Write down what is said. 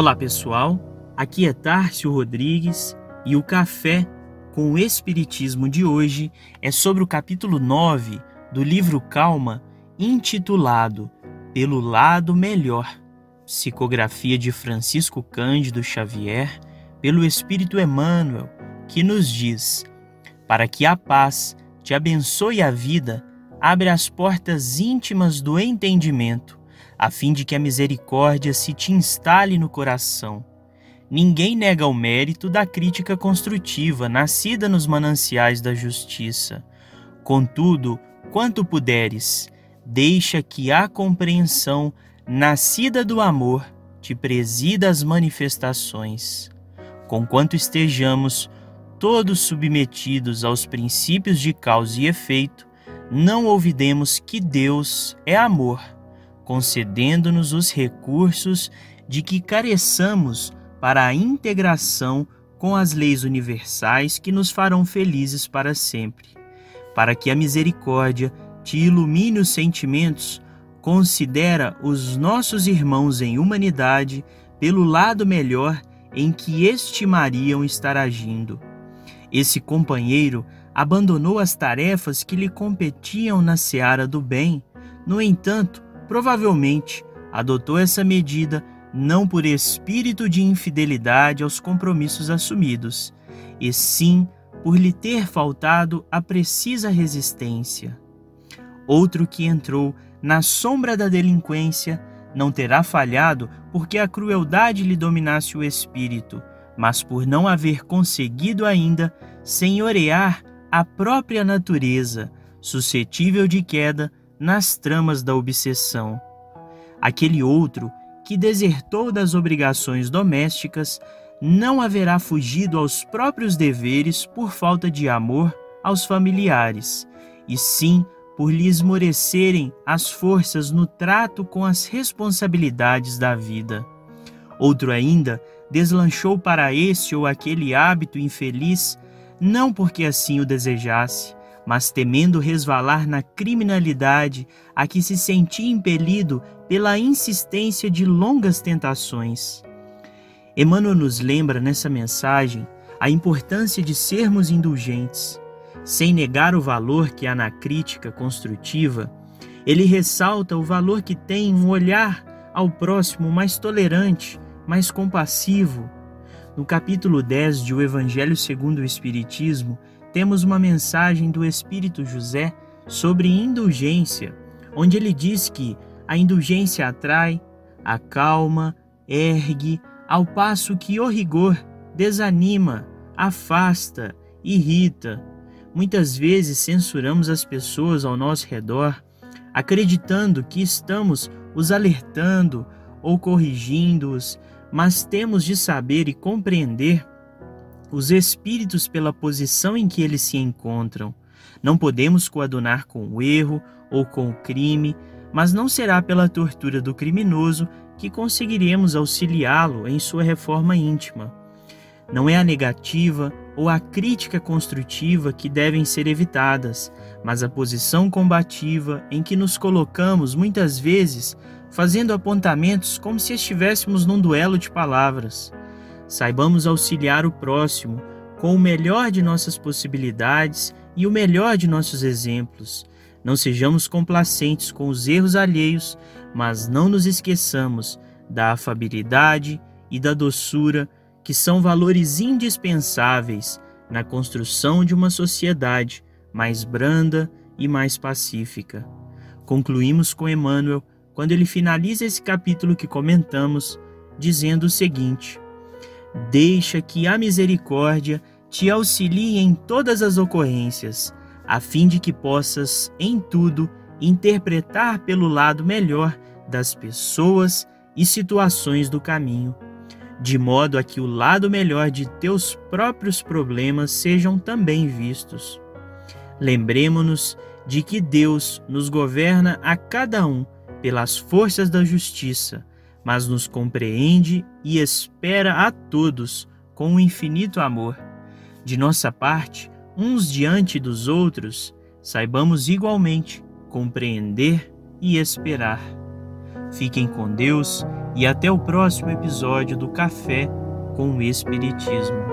Olá pessoal, aqui é Tárcio Rodrigues e o Café com o Espiritismo de hoje é sobre o capítulo 9 do livro Calma, intitulado Pelo Lado Melhor, psicografia de Francisco Cândido Xavier, pelo Espírito Emmanuel, que nos diz: para que a paz te abençoe a vida, abre as portas íntimas do entendimento, a fim de que a misericórdia se te instale no coração. Ninguém nega o mérito da crítica construtiva, nascida nos mananciais da justiça. Contudo, quanto puderes, deixa que a compreensão, nascida do amor, te presida as manifestações. Conquanto estejamos todos submetidos aos princípios de causa e efeito, não olvidemos que Deus é amor, concedendo-nos os recursos de que careçamos para a integração com as leis universais que nos farão felizes para sempre. Para que a misericórdia te ilumine os sentimentos, considera os nossos irmãos em humanidade pelo lado melhor em que estimariam estar agindo. Esse companheiro abandonou as tarefas que lhe competiam na seara do bem. No entanto, provavelmente adotou essa medida não por espírito de infidelidade aos compromissos assumidos, e sim por lhe ter faltado a precisa resistência. Outro que entrou na sombra da delinquência não terá falhado porque a crueldade lhe dominasse o espírito, mas por não haver conseguido ainda senhorear a própria natureza, suscetível de queda nas tramas da obsessão. Aquele outro que desertou das obrigações domésticas não haverá fugido aos próprios deveres por falta de amor aos familiares, e sim por lhe esmorecerem as forças no trato com as responsabilidades da vida. Outro ainda deslanchou para esse ou aquele hábito infeliz, não porque assim o desejasse, mas temendo resvalar na criminalidade a que se sentia impelido pela insistência de longas tentações. Emmanuel nos lembra nessa mensagem a importância de sermos indulgentes. Sem negar o valor que há na crítica construtiva, ele ressalta o valor que tem um olhar ao próximo mais tolerante, mais compassivo. No capítulo 10 de O Evangelho segundo o Espiritismo, temos uma mensagem do Espírito José sobre indulgência, onde ele diz que a indulgência atrai, acalma, ergue, ao passo que o rigor desanima, afasta, irrita. Muitas vezes censuramos as pessoas ao nosso redor, acreditando que estamos os alertando ou corrigindo-os, mas temos de saber e compreender os espíritos pela posição em que eles se encontram. Não podemos coadunar com o erro ou com o crime, mas não será pela tortura do criminoso que conseguiremos auxiliá-lo em sua reforma íntima. Não é a negativa ou a crítica construtiva que devem ser evitadas, mas a posição combativa em que nos colocamos muitas vezes fazendo apontamentos como se estivéssemos num duelo de palavras. Saibamos auxiliar o próximo com o melhor de nossas possibilidades e o melhor de nossos exemplos. Não sejamos complacentes com os erros alheios, mas não nos esqueçamos da afabilidade e da doçura, que são valores indispensáveis na construção de uma sociedade mais branda e mais pacífica. Concluímos com Emmanuel quando ele finaliza esse capítulo que comentamos, dizendo o seguinte: deixa que a misericórdia te auxilie em todas as ocorrências, a fim de que possas, em tudo, interpretar pelo lado melhor das pessoas e situações do caminho, de modo a que o lado melhor de teus próprios problemas sejam também vistos. Lembremo-nos de que Deus nos governa a cada um pelas forças da justiça, mas nos compreende e espera a todos com um infinito amor. De nossa parte, uns diante dos outros, saibamos igualmente compreender e esperar. Fiquem com Deus e até o próximo episódio do Café com o Espiritismo.